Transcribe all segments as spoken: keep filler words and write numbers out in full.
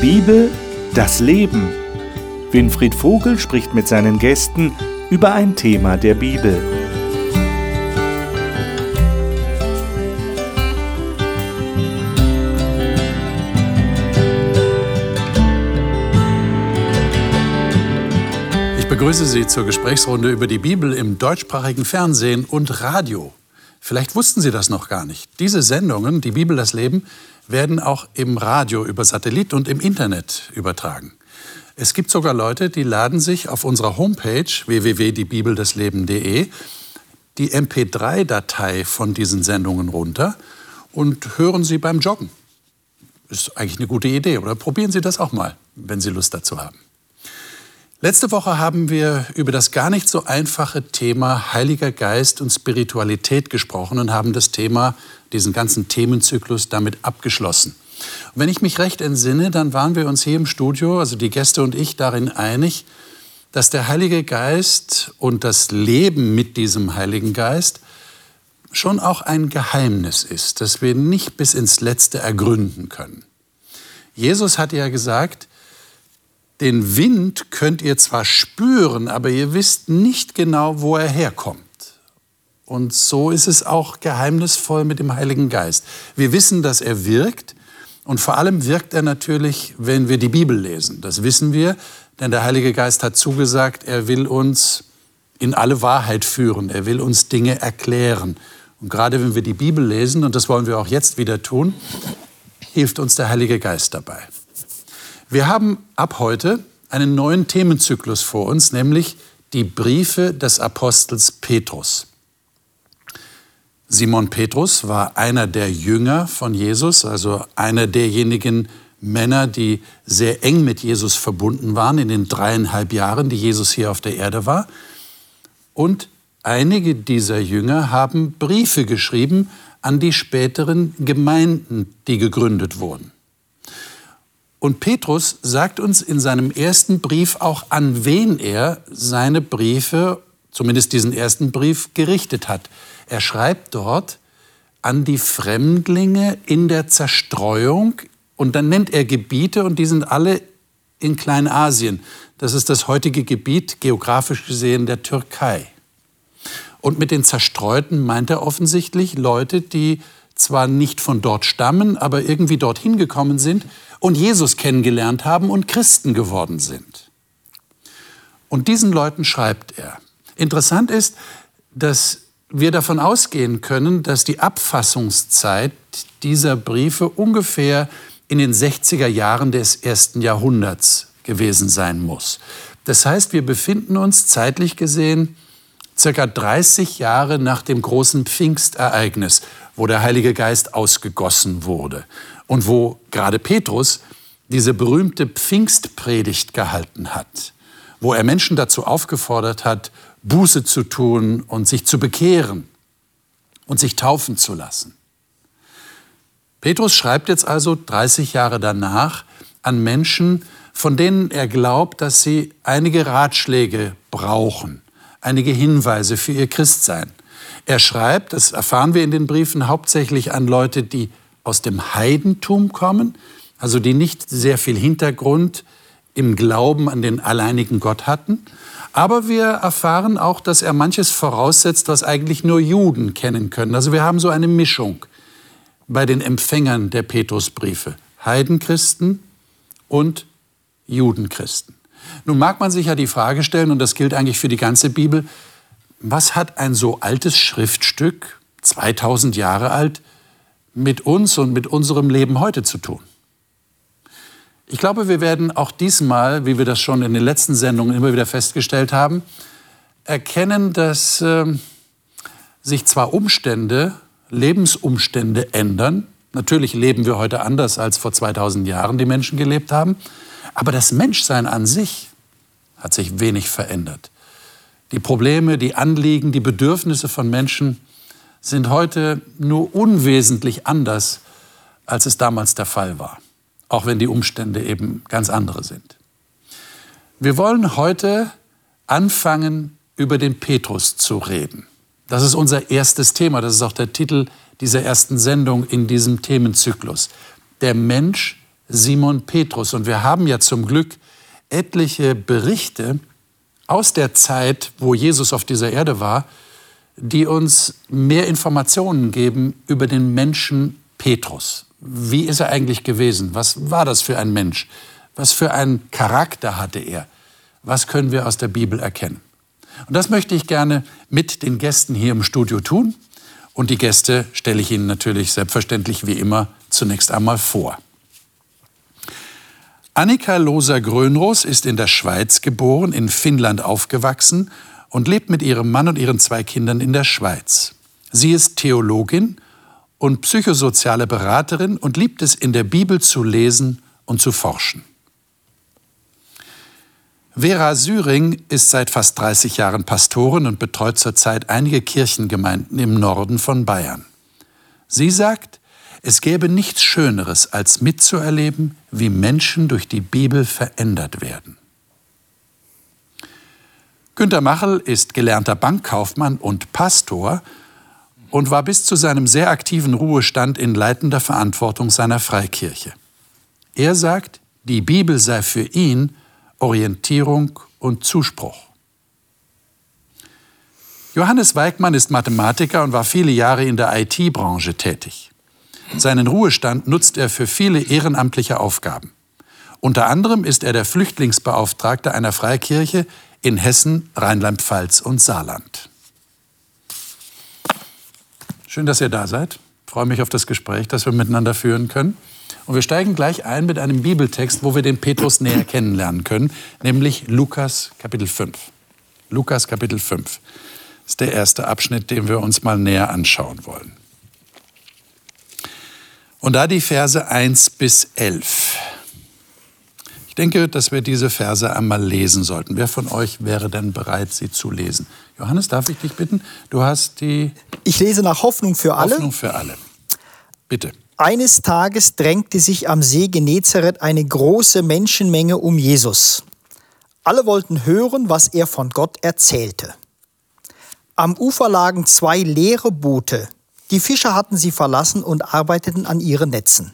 Bibel, das Leben. Winfried Vogel spricht mit seinen Gästen über ein Thema der Bibel. Ich begrüße Sie zur Gesprächsrunde über die Bibel im deutschsprachigen Fernsehen und Radio. Vielleicht wussten Sie das noch gar nicht. Diese Sendungen, die Bibel, das Leben, werden auch im Radio über Satellit und im Internet übertragen. Es gibt sogar Leute, die laden sich auf unserer Homepage w w w punkt die bibel das leben punkt de die M P drei Datei von diesen Sendungen runter und hören sie beim Joggen. Ist eigentlich eine gute Idee, oder? Probieren Sie das auch mal, wenn Sie Lust dazu haben. Letzte Woche haben wir über das gar nicht so einfache Thema Heiliger Geist und Spiritualität gesprochen und haben das Thema, diesen ganzen Themenzyklus damit abgeschlossen. Und wenn ich mich recht entsinne, dann waren wir uns hier im Studio, also die Gäste und ich, darin einig, dass der Heilige Geist und das Leben mit diesem Heiligen Geist schon auch ein Geheimnis ist, das wir nicht bis ins Letzte ergründen können. Jesus hat ja gesagt, den Wind könnt ihr zwar spüren, aber ihr wisst nicht genau, wo er herkommt. Und so ist es auch geheimnisvoll mit dem Heiligen Geist. Wir wissen, dass er wirkt und vor allem wirkt er natürlich, wenn wir die Bibel lesen. Das wissen wir, denn der Heilige Geist hat zugesagt, er will uns in alle Wahrheit führen, er will uns Dinge erklären. Und gerade wenn wir die Bibel lesen, und das wollen wir auch jetzt wieder tun, hilft uns der Heilige Geist dabei. Wir haben ab heute einen neuen Themenzyklus vor uns, nämlich die Briefe des Apostels Petrus. Simon Petrus war einer der Jünger von Jesus, also einer derjenigen Männer, die sehr eng mit Jesus verbunden waren in den dreieinhalb Jahren, die Jesus hier auf der Erde war. Und einige dieser Jünger haben Briefe geschrieben an die späteren Gemeinden, die gegründet wurden. Und Petrus sagt uns in seinem ersten Brief auch, an wen er seine Briefe, zumindest diesen ersten Brief, gerichtet hat. Er schreibt dort an die Fremdlinge in der Zerstreuung und dann nennt er Gebiete und die sind alle in Kleinasien. Das ist das heutige Gebiet, geografisch gesehen, der Türkei. Und mit den Zerstreuten meint er offensichtlich Leute, die zwar nicht von dort stammen, aber irgendwie dorthin gekommen sind und Jesus kennengelernt haben und Christen geworden sind. Und diesen Leuten schreibt er. Interessant ist, dass wir davon ausgehen können, dass die Abfassungszeit dieser Briefe ungefähr in den sechziger Jahren des ersten Jahrhunderts gewesen sein muss. Das heißt, wir befinden uns zeitlich gesehen circa dreißig Jahre nach dem großen Pfingstereignis, wo der Heilige Geist ausgegossen wurde und wo gerade Petrus diese berühmte Pfingstpredigt gehalten hat, wo er Menschen dazu aufgefordert hat, Buße zu tun und sich zu bekehren und sich taufen zu lassen. Petrus schreibt jetzt also dreißig Jahre danach an Menschen, von denen er glaubt, dass sie einige Ratschläge brauchen, einige Hinweise für ihr Christsein. Er schreibt, das erfahren wir in den Briefen, hauptsächlich an Leute, die aus dem Heidentum kommen, also die nicht sehr viel Hintergrund im Glauben an den alleinigen Gott hatten. Aber wir erfahren auch, dass er manches voraussetzt, was eigentlich nur Juden kennen können. Also wir haben so eine Mischung bei den Empfängern der Petrusbriefe. Heidenchristen und Judenchristen. Nun mag man sich ja die Frage stellen, und das gilt eigentlich für die ganze Bibel, was hat ein so altes Schriftstück, zweitausend Jahre alt, mit uns und mit unserem Leben heute zu tun? Ich glaube, wir werden auch diesmal, wie wir das schon in den letzten Sendungen immer wieder festgestellt haben, erkennen, dass äh, sich zwar Umstände, Lebensumstände ändern. Natürlich leben wir heute anders, als vor zweitausend Jahren die Menschen gelebt haben. Aber das Menschsein an sich hat sich wenig verändert. Die Probleme, die Anliegen, die Bedürfnisse von Menschen sind heute nur unwesentlich anders, als es damals der Fall war. Auch wenn die Umstände eben ganz andere sind. Wir wollen heute anfangen, über den Petrus zu reden. Das ist unser erstes Thema, das ist auch der Titel dieser ersten Sendung in diesem Themenzyklus. Der Mensch Simon Petrus. Und wir haben ja zum Glück etliche Berichte aus der Zeit, wo Jesus auf dieser Erde war, die uns mehr Informationen geben über den Menschen Petrus. Wie ist er eigentlich gewesen? Was war das für ein Mensch? Was für einen Charakter hatte er? Was können wir aus der Bibel erkennen? Und das möchte ich gerne mit den Gästen hier im Studio tun. Und die Gäste stelle ich Ihnen natürlich selbstverständlich wie immer zunächst einmal vor. Annika Loser-Grönroos ist in der Schweiz geboren, in Finnland aufgewachsen und lebt mit ihrem Mann und ihren zwei Kindern in der Schweiz. Sie ist Theologin und psychosoziale Beraterin und liebt es, in der Bibel zu lesen und zu forschen. Vera Syring ist seit fast dreißig Jahren Pastorin und betreut zurzeit einige Kirchengemeinden im Norden von Bayern. Sie sagt, es gäbe nichts Schöneres, als mitzuerleben, wie Menschen durch die Bibel verändert werden. Günter Machel ist gelernter Bankkaufmann und Pastor und war bis zu seinem sehr aktiven Ruhestand in leitender Verantwortung seiner Freikirche. Er sagt, die Bibel sei für ihn Orientierung und Zuspruch. Johannes Weigmann ist Mathematiker und war viele Jahre in der I T-Branche tätig. Seinen Ruhestand nutzt er für viele ehrenamtliche Aufgaben. Unter anderem ist er der Flüchtlingsbeauftragte einer Freikirche in Hessen, Rheinland-Pfalz und Saarland. Schön, dass ihr da seid. Ich freue mich auf das Gespräch, das wir miteinander führen können. Und wir steigen gleich ein mit einem Bibeltext, wo wir den Petrus näher kennenlernen können, nämlich Lukas Kapitel fünf. Lukas Kapitel fünf ist der erste Abschnitt, den wir uns mal näher anschauen wollen. Und da die Verse eins bis elf. Ich denke, dass wir diese Verse einmal lesen sollten. Wer von euch wäre denn bereit, sie zu lesen? Johannes, darf ich dich bitten? Du hast die... Ich lese nach Hoffnung für alle. Hoffnung für alle. Bitte. Eines Tages drängte sich am See Genezareth eine große Menschenmenge um Jesus. Alle wollten hören, was er von Gott erzählte. Am Ufer lagen zwei leere Boote. Die Fischer hatten sie verlassen und arbeiteten an ihren Netzen.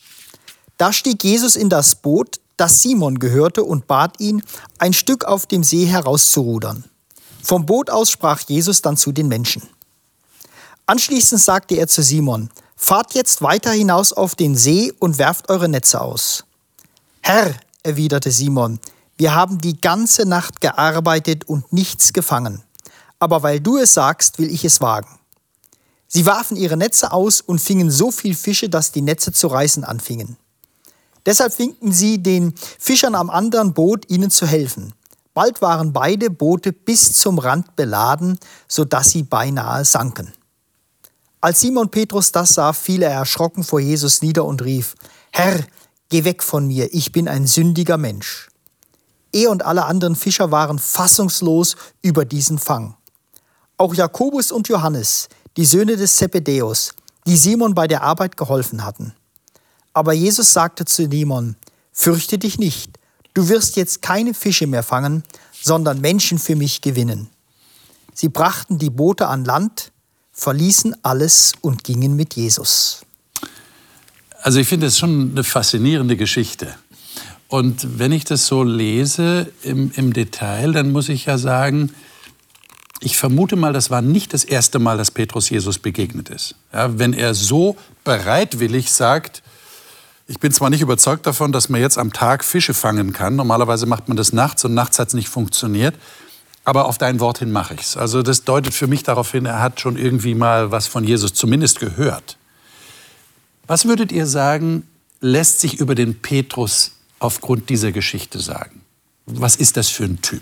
Da stieg Jesus in das Boot, das Simon gehörte, und bat ihn, ein Stück auf dem See herauszurudern. Vom Boot aus sprach Jesus dann zu den Menschen. Anschließend sagte er zu Simon: Fahrt jetzt weiter hinaus auf den See und werft eure Netze aus. Herr, erwiderte Simon, wir haben die ganze Nacht gearbeitet und nichts gefangen. Aber weil du es sagst, will ich es wagen. Sie warfen ihre Netze aus und fingen so viel Fische, dass die Netze zu reißen anfingen. Deshalb winkten sie den Fischern am anderen Boot, ihnen zu helfen. Bald waren beide Boote bis zum Rand beladen, sodass sie beinahe sanken. Als Simon Petrus das sah, fiel er erschrocken vor Jesus nieder und rief: Herr, geh weg von mir, ich bin ein sündiger Mensch. Er und alle anderen Fischer waren fassungslos über diesen Fang. Auch Jakobus und Johannes, die Söhne des Zebedäus, die Simon bei der Arbeit geholfen hatten. Aber Jesus sagte zu Simon: Fürchte dich nicht, du wirst jetzt keine Fische mehr fangen, sondern Menschen für mich gewinnen. Sie brachten die Boote an Land, verließen alles und gingen mit Jesus. Also ich finde es schon eine faszinierende Geschichte. Und wenn ich das so lese im, im Detail, dann muss ich ja sagen, ich vermute mal, das war nicht das erste Mal, dass Petrus Jesus begegnet ist. Ja, wenn er so bereitwillig sagt, ich bin zwar nicht überzeugt davon, dass man jetzt am Tag Fische fangen kann, normalerweise macht man das nachts und nachts hat es nicht funktioniert, aber auf dein Wort hin mache ich es. Also das deutet für mich darauf hin, er hat schon irgendwie mal was von Jesus zumindest gehört. Was würdet ihr sagen, lässt sich über den Petrus aufgrund dieser Geschichte sagen? Was ist das für ein Typ?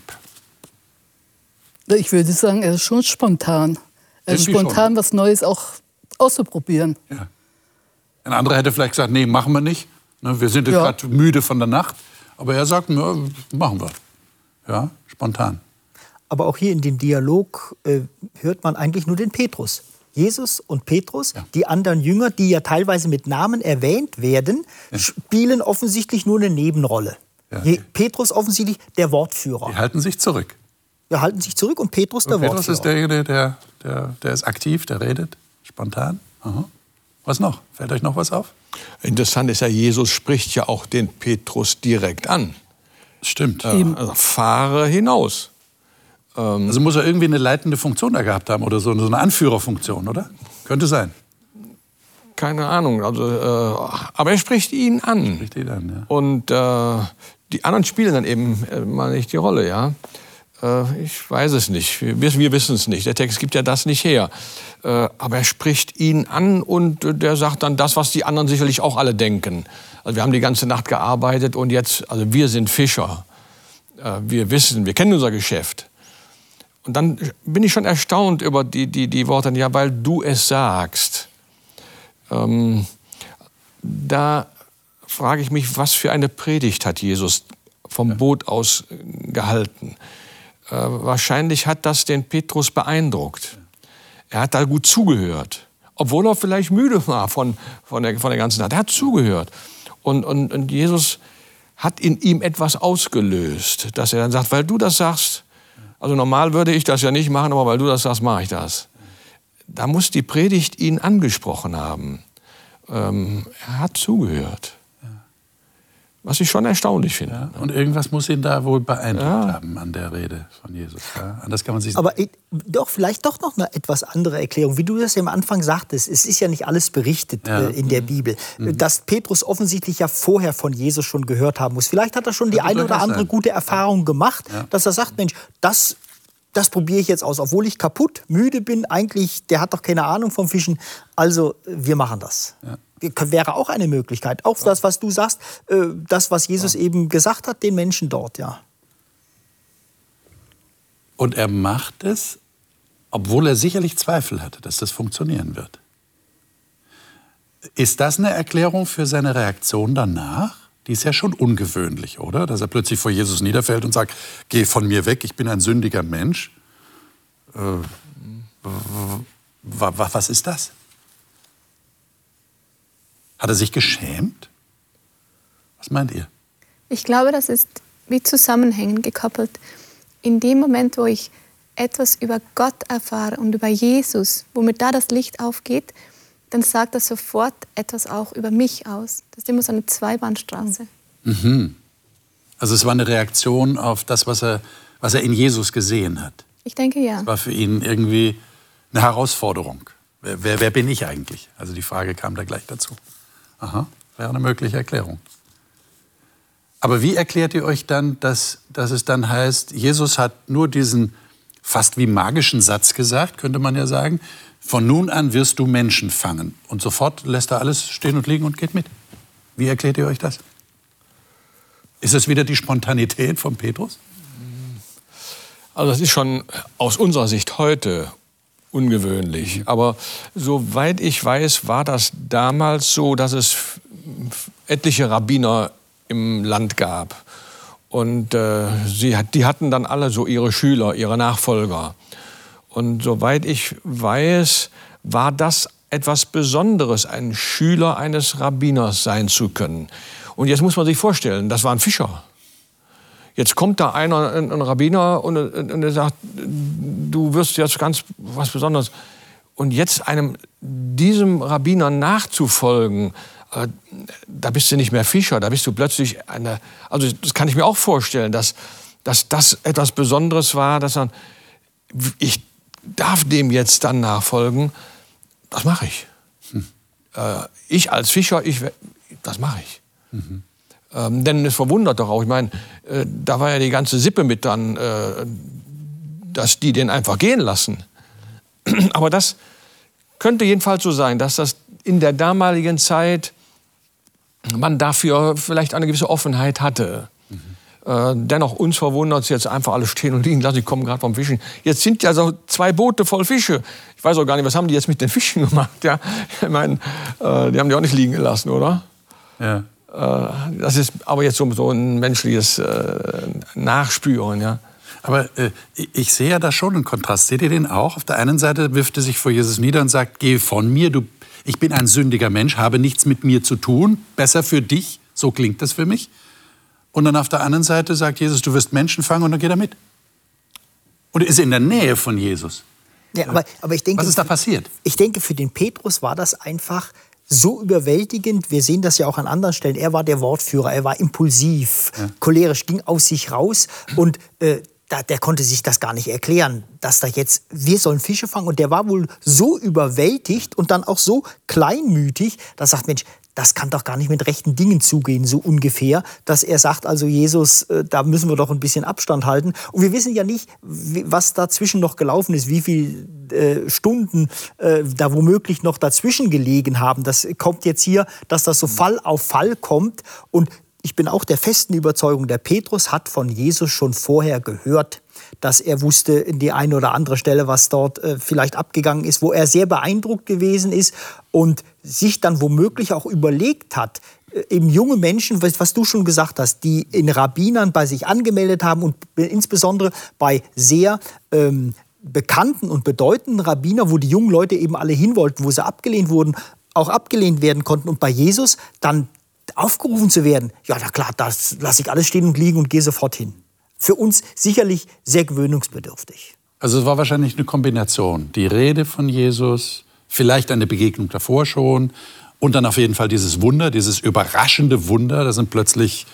Ich würde sagen, er ist schon spontan. Er ist spontan, schon. Was Neues auch auszuprobieren. Ja. Ein anderer hätte vielleicht gesagt, nee, machen wir nicht. Wir sind jetzt ja. gerade müde von der Nacht. Aber er sagt, ja, machen wir. Ja, spontan. Aber auch hier in dem Dialog äh, hört man eigentlich nur den Petrus. Jesus und Petrus, ja. Die anderen Jünger, die ja teilweise mit Namen erwähnt werden, ja. spielen offensichtlich nur eine Nebenrolle. Ja. Petrus offensichtlich der Wortführer. Die halten sich zurück. Wir halten sich zurück und Petrus der und Petrus Wortführer. Petrus ist derjenige, der, der, der ist aktiv, der redet, spontan. Aha. Was noch? Fällt euch noch was auf? Interessant ist ja, Jesus spricht ja auch den Petrus direkt an. Stimmt. Äh, also fahre hinaus. Ähm, also muss er irgendwie eine leitende Funktion da gehabt haben oder so, so eine Anführerfunktion, oder? Könnte sein. Keine Ahnung. Also, äh, aber er spricht ihn an. Spricht ihn an, ja. Und äh, die anderen spielen dann eben äh, mal nicht die Rolle, ja. Äh, ich weiß es nicht. Wir, wir wissen es nicht. Der Text gibt ja das nicht her. Äh, aber er spricht ihn an und äh, der sagt dann das, was die anderen sicherlich auch alle denken. Also wir haben die ganze Nacht gearbeitet und jetzt, also wir sind Fischer. Äh, wir wissen, wir kennen unser Geschäft. Und dann bin ich schon erstaunt über die, die, die Worte, ja, weil du es sagst. Ähm, da frage ich mich, was für eine Predigt hat Jesus vom ja. Boot aus gehalten? Äh, wahrscheinlich hat das den Petrus beeindruckt. Er hat da gut zugehört, obwohl er vielleicht müde war von, von, der, von der ganzen Nacht. Er hat zugehört. Und, und, und Jesus hat in ihm etwas ausgelöst, dass er dann sagt, weil du das sagst, also normal würde ich das ja nicht machen, aber weil du das sagst, mache ich das. Da muss die Predigt ihn angesprochen haben. Ähm, er hat zugehört. Ja. Was ich schon erstaunlich finde. Ja, und irgendwas muss ihn da wohl beeindruckt ja. haben an der Rede von Jesus. Ja, anders kann man sich Aber doch, vielleicht doch noch eine etwas andere Erklärung. Wie du das ja am Anfang sagtest, es ist ja nicht alles berichtet ja. äh, in der Bibel. Mhm. Dass Petrus offensichtlich ja vorher von Jesus schon gehört haben muss. Vielleicht hat er schon die das eine oder andere sein. gute Erfahrung ja. gemacht, ja. dass er sagt, Mensch, das... Das probiere ich jetzt aus, obwohl ich kaputt, müde bin. Eigentlich, der hat doch keine Ahnung vom Fischen. Also, wir machen das. Ja. Wäre auch eine Möglichkeit. Auch das, was du sagst, das, was Jesus ja. eben gesagt hat, den Menschen dort, ja. Und er macht es, obwohl er sicherlich Zweifel hatte, dass das funktionieren wird. Ist das eine Erklärung für seine Reaktion danach? Die ist ja schon ungewöhnlich, oder? Dass er plötzlich vor Jesus niederfällt und sagt, geh von mir weg, ich bin ein sündiger Mensch. Äh, was ist das? Hat er sich geschämt? Was meint ihr? Ich glaube, das ist wie zusammenhängend gekoppelt. In dem Moment, wo ich etwas über Gott erfahre und über Jesus, womit da das Licht aufgeht, dann sagt das sofort etwas auch über mich aus. Das ist immer so eine Zweibahnstraße. Mhm. Also es war eine Reaktion auf das, was er, was er in Jesus gesehen hat. Ich denke, ja. Es war für ihn irgendwie eine Herausforderung. Wer, wer, wer bin ich eigentlich? Also die Frage kam da gleich dazu. Aha, wäre eine mögliche Erklärung. Aber wie erklärt ihr euch dann, dass, dass es dann heißt, Jesus hat nur diesen fast wie magischen Satz gesagt, könnte man ja sagen, von nun an wirst du Menschen fangen. Und sofort lässt er alles stehen und liegen und geht mit. Wie erklärt ihr euch das? Ist es wieder die Spontanität von Petrus? Also das ist schon aus unserer Sicht heute ungewöhnlich. Aber soweit ich weiß, war das damals so, dass es etliche Rabbiner im Land gab. Und äh, sie, die hatten dann alle so ihre Schüler, ihre Nachfolger. Und soweit ich weiß, war das etwas Besonderes, ein Schüler eines Rabbiners sein zu können. Und jetzt muss man sich vorstellen, das war ein Fischer. Jetzt kommt da einer, ein Rabbiner, und, und er sagt, du wirst jetzt ganz was Besonderes. Und jetzt einem, diesem Rabbiner nachzufolgen, äh, da bist du nicht mehr Fischer, da bist du plötzlich eine, also das kann ich mir auch vorstellen, dass, dass das etwas Besonderes war, dass man, ich darf dem jetzt dann nachfolgen, das mache ich. Hm. Äh, ich als Fischer, ich, das mache ich. Mhm. Ähm, denn es verwundert doch auch, ich meine, äh, da war ja die ganze Sippe mit dran, äh, dass die den einfach gehen lassen. Aber das könnte jedenfalls so sein, dass das in der damaligen Zeit man dafür vielleicht eine gewisse Offenheit hatte. Äh, dennoch uns verwundert es jetzt einfach alles stehen und liegen lassen. Die kommen gerade vom Fischen. Jetzt sind ja so zwei Boote voll Fische. Ich weiß auch gar nicht, was haben die jetzt mit den Fischen gemacht? Ja, ich meine, äh, die haben die auch nicht liegen gelassen, oder? Ja. Äh, das ist aber jetzt so, so ein menschliches äh, Nachspüren, ja. Aber äh, ich sehe ja da schon einen Kontrast. Seht ihr den auch? Auf der einen Seite wirft er sich vor Jesus nieder und sagt, geh von mir, du, ich bin ein sündiger Mensch, habe nichts mit mir zu tun, besser für dich, so klingt das für mich. Und dann auf der anderen Seite sagt Jesus, du wirst Menschen fangen, und dann geht er mit. Und ist in der Nähe von Jesus. Ja, aber, aber ich denke, was ist da passiert? Ich denke, für den Petrus war das einfach so überwältigend. Wir sehen das ja auch an anderen Stellen. Er war der Wortführer, er war impulsiv, ja. cholerisch, ging aus sich raus und äh, da, der konnte sich das gar nicht erklären, dass da jetzt, wir sollen Fische fangen. Und der war wohl so überwältigt und dann auch so kleinmütig, dass er sagt, Mensch, das kann doch gar nicht mit rechten Dingen zugehen, so ungefähr, dass er sagt, also Jesus, äh, da müssen wir doch ein bisschen Abstand halten. Und wir wissen ja nicht, wie, was dazwischen noch gelaufen ist, wie viele äh, Stunden äh, da womöglich noch dazwischen gelegen haben. Das kommt jetzt hier, dass das so Fall auf Fall kommt. Und ich bin auch der festen Überzeugung, der Petrus hat von Jesus schon vorher gehört, dass er wusste in die eine oder andere Stelle, was dort äh, vielleicht abgegangen ist, wo er sehr beeindruckt gewesen ist und sich dann womöglich auch überlegt hat, äh, eben junge Menschen, was, was du schon gesagt hast, die in Rabbinern bei sich angemeldet haben und insbesondere bei sehr ähm, bekannten und bedeutenden Rabbinern, wo die jungen Leute eben alle hin wollten, wo sie abgelehnt wurden, auch abgelehnt werden konnten und bei Jesus dann aufgerufen zu werden, ja, na klar, das lasse ich alles stehen und liegen und gehe sofort hin. Für uns sicherlich sehr gewöhnungsbedürftig. Also es war wahrscheinlich eine Kombination. Die Rede von Jesus, vielleicht eine Begegnung davor schon und dann auf jeden Fall dieses Wunder, dieses überraschende Wunder. Da sind plötzlich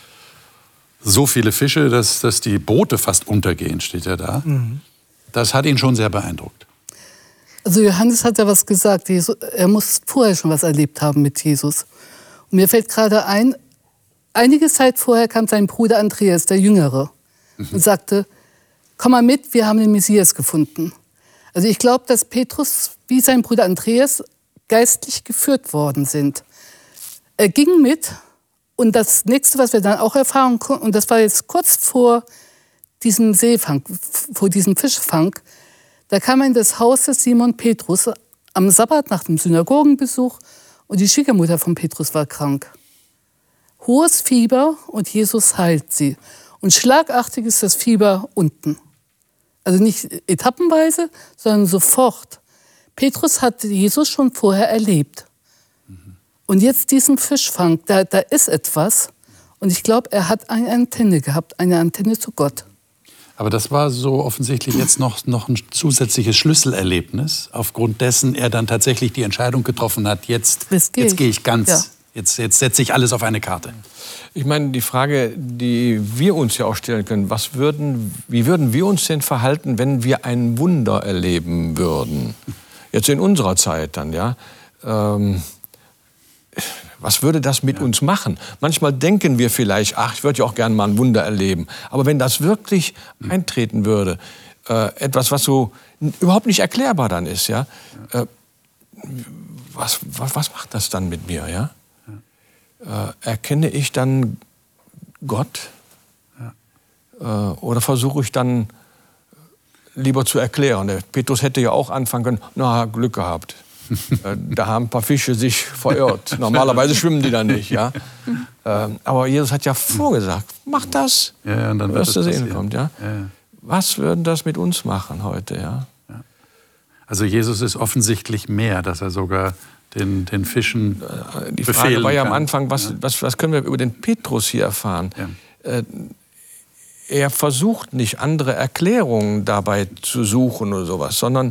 so viele Fische, dass, dass die Boote fast untergehen, steht ja da. Mhm. Das hat ihn schon sehr beeindruckt. Also Johannes hat ja was gesagt. Er muss vorher schon was erlebt haben mit Jesus. Und mir fällt gerade ein, einige Zeit vorher kam sein Bruder Andreas, der Jüngere, mhm. und sagte, komm mal mit, wir haben den Messias gefunden. Also ich glaube, dass Petrus wie sein Bruder Andreas geistlich geführt worden sind. Er ging mit und das Nächste, was wir dann auch erfahren konnten, und das war jetzt kurz vor diesem Seefang, vor diesem Fischfang, da kam er in das Haus des Simon Petrus am Sabbat nach dem Synagogenbesuch und die Schwiegermutter von Petrus war krank. Hohes Fieber und Jesus heilt sie. Und schlagartig ist das Fieber unten. Also nicht etappenweise, sondern sofort. Petrus hat Jesus schon vorher erlebt. Mhm. Und jetzt diesen Fischfang, da, da ist etwas. Und ich glaube, er hat eine Antenne gehabt, eine Antenne zu Gott. Aber das war so offensichtlich jetzt noch, noch ein zusätzliches Schlüsselerlebnis, aufgrund dessen er dann tatsächlich die Entscheidung getroffen hat, jetzt, jetzt gehe ich ganz, ja. jetzt, jetzt setze ich alles auf eine Karte. Ich meine, die Frage, die wir uns ja auch stellen können, was würden, wie würden wir uns denn verhalten, wenn wir ein Wunder erleben würden? Jetzt in unserer Zeit dann, ja. Ähm, Was würde das mit ja. uns machen? Manchmal denken wir vielleicht, ach, ich würde ja auch gerne mal ein Wunder erleben. Aber wenn das wirklich eintreten würde, äh, etwas, was so überhaupt nicht erklärbar dann ist, ja, äh, was, was, was macht das dann mit mir, ja? ja. Äh, erkenne ich dann Gott? Ja. Äh, oder versuche ich dann lieber zu erklären? Der Petrus hätte ja auch anfangen können, na, Glück gehabt. Da haben ein paar Fische sich verirrt. Normalerweise schwimmen die da nicht. Ja? Aber Jesus hat ja vorgesagt, mach das, ja, und dann wirst du sehen kommt. Ja? Ja. Was würde das mit uns machen heute? Ja? Ja. Also Jesus ist offensichtlich mehr, dass er sogar den, den Fischen Die Frage war ja am Anfang, was, ja. was, was können wir über den Petrus hier erfahren? Ja. Er versucht nicht, andere Erklärungen dabei zu suchen oder sowas, sondern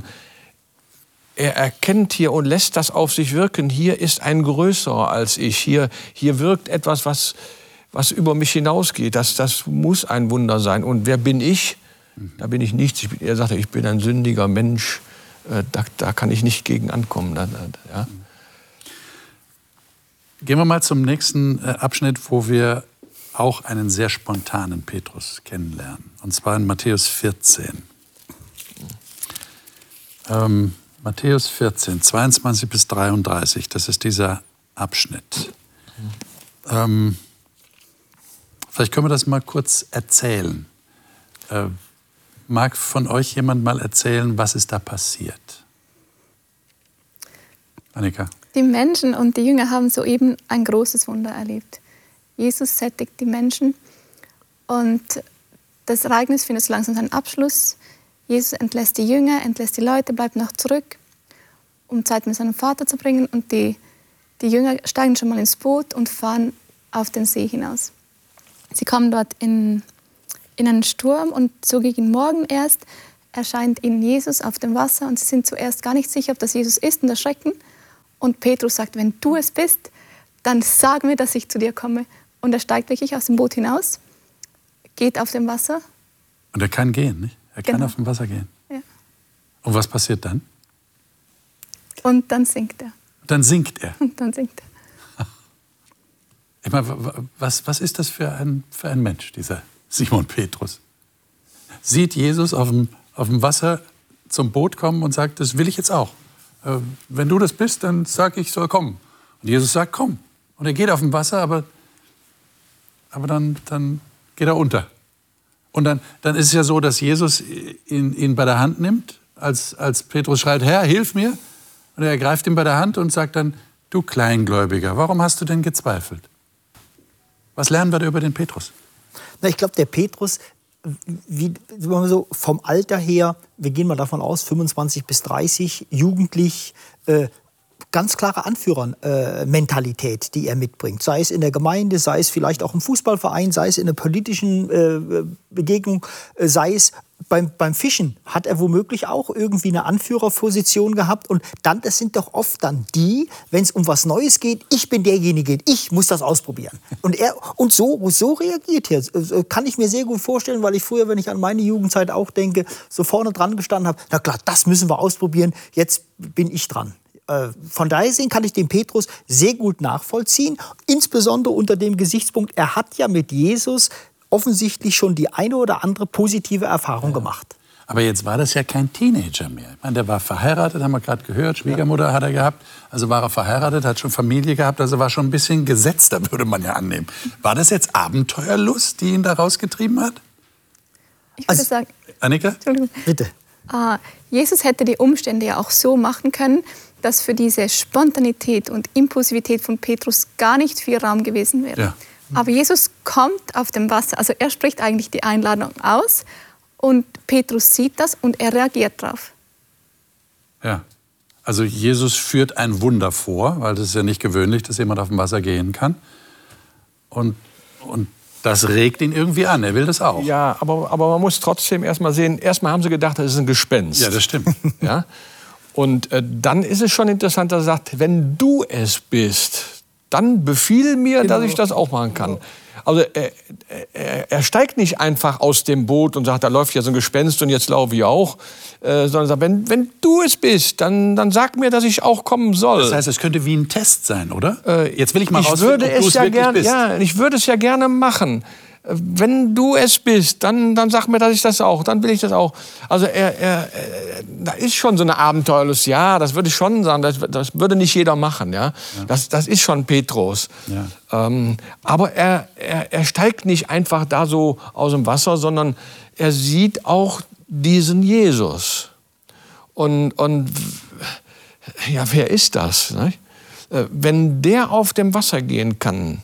er erkennt hier und lässt das auf sich wirken. Hier ist ein Größerer als ich. Hier, hier wirkt etwas, was, was über mich hinausgeht. Das, das muss ein Wunder sein. Und wer bin ich? Da bin ich nichts. Ich bin, er sagte, ich bin ein sündiger Mensch. Da, da kann ich nicht gegen ankommen. Ja. Gehen wir mal zum nächsten Abschnitt, wo wir auch einen sehr spontanen Petrus kennenlernen. Und zwar in Matthäus vierzehn. Ähm, Matthäus vierzehn, zweiundzwanzig bis dreiunddreißig, das ist dieser Abschnitt. Ähm, vielleicht können wir das mal kurz erzählen. Äh, mag von euch jemand mal erzählen, was ist da passiert? Annika? Die Menschen und die Jünger haben soeben ein großes Wunder erlebt. Jesus sättigt die Menschen und das Ereignis findet so langsam seinen Abschluss. Jesus entlässt die Jünger, entlässt die Leute, bleibt noch zurück, um Zeit mit seinem Vater zu bringen. Und die, die Jünger steigen schon mal ins Boot und fahren auf den See hinaus. Sie kommen dort in, in einen Sturm und so gegen Morgen erst erscheint ihnen Jesus auf dem Wasser. Und sie sind zuerst gar nicht sicher, ob das Jesus ist und erschrecken. Und Petrus sagt, wenn du es bist, dann sag mir, dass ich zu dir komme. Und er steigt wirklich aus dem Boot hinaus, geht auf dem Wasser. Und er kann gehen, nicht? Er kann Genau. auf dem Wasser gehen. Ja. Und was passiert dann? Und dann sinkt er. Dann sinkt er. Und dann sinkt er. Ich meine, was, was ist das für ein, für ein Mensch, dieser Simon Petrus? Sieht Jesus auf dem, auf dem Wasser zum Boot kommen und sagt, das will ich jetzt auch. Äh, wenn du das bist, dann sag ich, soll kommen. Und Jesus sagt, komm. Und er geht auf dem Wasser, aber, aber dann, dann geht er unter. Und dann, dann ist es ja so, dass Jesus ihn, ihn bei der Hand nimmt, als, als Petrus schreit, Herr, hilf mir. Und er greift ihn bei der Hand und sagt dann, du Kleingläubiger, warum hast du denn gezweifelt? Was lernen wir da über den Petrus? Na, ich glaube, der Petrus, wie, so vom Alter her, wir gehen mal davon aus, fünfundzwanzig bis dreißig, jugendlich, äh, ganz klare Anführermentalität, äh, die er mitbringt. Sei es in der Gemeinde, sei es vielleicht auch im Fußballverein, sei es in einer politischen äh, Begegnung, äh, sei es beim, beim Fischen, hat er womöglich auch irgendwie eine Anführerposition gehabt. Und dann, das sind doch oft dann die, wenn es um was Neues geht, ich bin derjenige, ich muss das ausprobieren. Und, er, und so, so reagiert er. Kann ich mir sehr gut vorstellen, weil ich früher, wenn ich an meine Jugendzeit auch denke, so vorne dran gestanden habe, na klar, das müssen wir ausprobieren, jetzt bin ich dran. Von daher sehen kann ich den Petrus sehr gut nachvollziehen, insbesondere unter dem Gesichtspunkt, er hat ja mit Jesus offensichtlich schon die eine oder andere positive Erfahrung ja. gemacht. Aber jetzt war das ja kein Teenager mehr. Ich meine, der war verheiratet, haben wir gerade gehört, Schwiegermutter ja. hat er gehabt, also war er verheiratet, hat schon Familie gehabt, also war schon ein bisschen gesetzter, würde man ja annehmen. War das jetzt Abenteuerlust, die ihn da rausgetrieben hat? Ich würde also, sagen... Annika? Entschuldigung. Bitte. Uh, Jesus hätte die Umstände ja auch so machen können, dass für diese Spontanität und Impulsivität von Petrus gar nicht viel Raum gewesen wäre. Ja. Aber Jesus kommt auf dem Wasser, also er spricht eigentlich die Einladung aus und Petrus sieht das und er reagiert darauf. Ja, also Jesus führt ein Wunder vor, weil das ist ja nicht gewöhnlich, dass jemand auf dem Wasser gehen kann. Und, und das regt ihn irgendwie an, er will das auch. Ja, aber, aber man muss trotzdem erst mal sehen, erstmal haben sie gedacht, das ist ein Gespenst. Ja, das stimmt. Ja? Und äh, dann ist es schon interessant, dass er sagt, wenn du es bist, dann befiehl mir, genau. dass ich das auch machen kann. Also er, er, er steigt nicht einfach aus dem Boot und sagt, da läuft ja so ein Gespenst und jetzt laufe ich auch, äh, sondern sagt, wenn, wenn du es bist, dann, dann sag mir, dass ich auch kommen soll. Das heißt, es könnte wie ein Test sein, oder? Äh, jetzt will ich mal ich rausfinden, würde ob du es es ja wirklich gern, bist. Ja, ich würde es ja gerne machen. Wenn du es bist, dann, dann sag mir, dass ich das auch, dann will ich das auch. Also er, er, er, da ist schon so eine Abenteuerlust, ja, das würde ich schon sagen, das, das würde nicht jeder machen, ja. ja. Das, das ist schon Petrus. Ja. Ähm, aber er, er, er steigt nicht einfach da so aus dem Wasser, sondern er sieht auch diesen Jesus. Und, und ja, wer ist das? Ne? Wenn der auf dem Wasser gehen kann,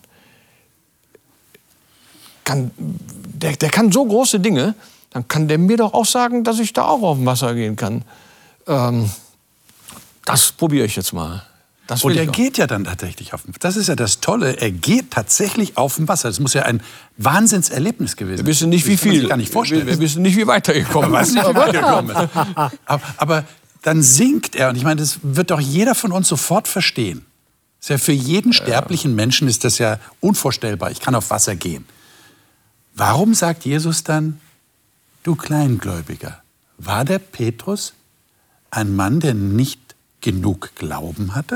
Kann, der, der kann so große Dinge, dann kann der mir doch auch sagen, dass ich da auch auf dem Wasser gehen kann. Ähm, das probiere ich jetzt mal. Das Und er geht ja dann tatsächlich auf dem Wasser. Das ist ja das Tolle, er geht tatsächlich auf dem Wasser. Das muss ja ein Wahnsinnserlebnis gewesen sein. Wir wissen nicht, wie viel. Ich kann nicht vorstellen. Wir, wir wissen nicht, wie weitergekommen ist. Nicht, wie weitergekommen ist. aber, aber dann singt er. Und ich meine, das wird doch jeder von uns sofort verstehen. Das ist ja für jeden sterblichen Menschen ist das ja unvorstellbar. Ich kann auf Wasser gehen. Warum sagt Jesus dann, du Kleingläubiger? War der Petrus ein Mann, der nicht genug Glauben hatte?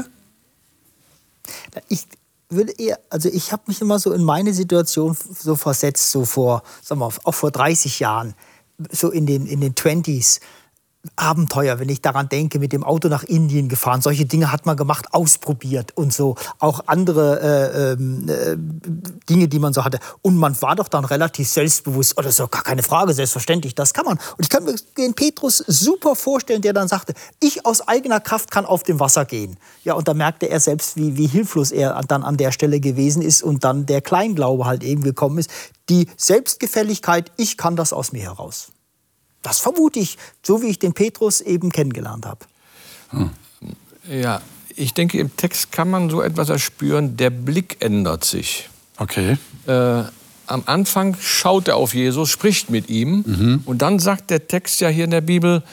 Ich würde eher, also ich habe mich immer so in meine Situation so versetzt, so vor, sagen wir, auch vor dreißig Jahren, so in den, in den Twenties. Abenteuer, wenn ich daran denke, mit dem Auto nach Indien gefahren. Solche Dinge hat man gemacht, ausprobiert und so. Auch andere äh, äh, Dinge, die man so hatte. Und man war doch dann relativ selbstbewusst. Oh, das ist doch gar keine Frage, selbstverständlich, das kann man. Und ich kann mir den Petrus super vorstellen, der dann sagte, ich aus eigener Kraft kann auf dem Wasser gehen. Ja, und da merkte er selbst, wie, wie hilflos er dann an der Stelle gewesen ist und dann der Kleinglaube halt eben gekommen ist. Die Selbstgefälligkeit, ich kann das aus mir heraus. Das vermute ich, so wie ich den Petrus eben kennengelernt habe. Hm. Ja, ich denke, im Text kann man so etwas erspüren, der Blick ändert sich. Okay. Äh, am Anfang schaut er auf Jesus, spricht mit ihm. Mhm. Und dann sagt der Text ja hier in der Bibel,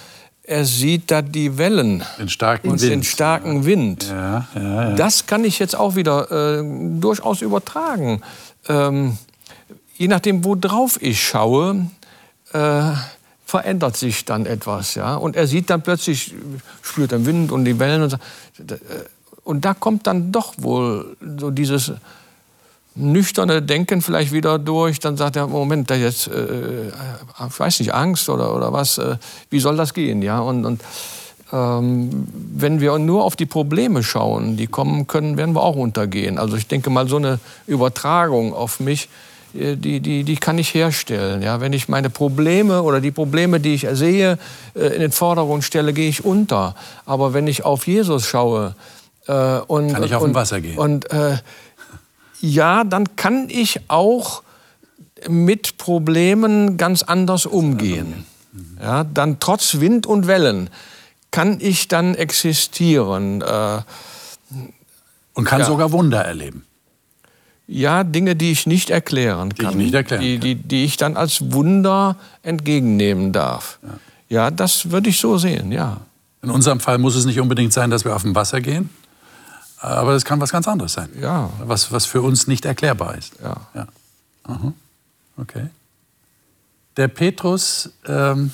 er sieht da die Wellen, den starken und Wind. den starken Wind. Ja, ja, ja. Das kann ich jetzt auch wieder äh, durchaus übertragen. Ähm, je nachdem, wo drauf ich schaue, äh, verändert sich dann etwas. Ja? Und er sieht dann plötzlich, spürt den Wind und die Wellen. Und, so. Und da kommt dann doch wohl so dieses nüchterne Denken vielleicht wieder durch. Dann sagt er, Moment, da jetzt, äh, ich weiß nicht, Angst oder, oder was, äh, wie soll das gehen? Ja? Und, und ähm, wenn wir nur auf die Probleme schauen, die kommen können, werden wir auch untergehen. Also ich denke mal, so eine Übertragung auf mich, Die, die, die kann ich herstellen. Ja? Wenn ich meine Probleme oder die Probleme, die ich sehe, in den Vordergrund stelle, gehe ich unter. Aber wenn ich auf Jesus schaue äh, und kann ich auf und, dem Wasser gehen. Und äh, ja, dann kann ich auch mit Problemen ganz anders umgehen. Ja, dann trotz Wind und Wellen kann ich dann existieren. Äh, und kann ja. sogar Wunder erleben. Ja, Dinge, die ich nicht erklären kann. Die ich nicht erklären die, kann. die, die ich dann als Wunder entgegennehmen darf. Ja, ja, das würde ich so sehen, ja. In unserem Fall muss es nicht unbedingt sein, dass wir auf dem Wasser gehen. Aber das kann was ganz anderes sein. Ja. Was, was für uns nicht erklärbar ist. Ja. Ja. Aha. Okay. Der Petrus ähm,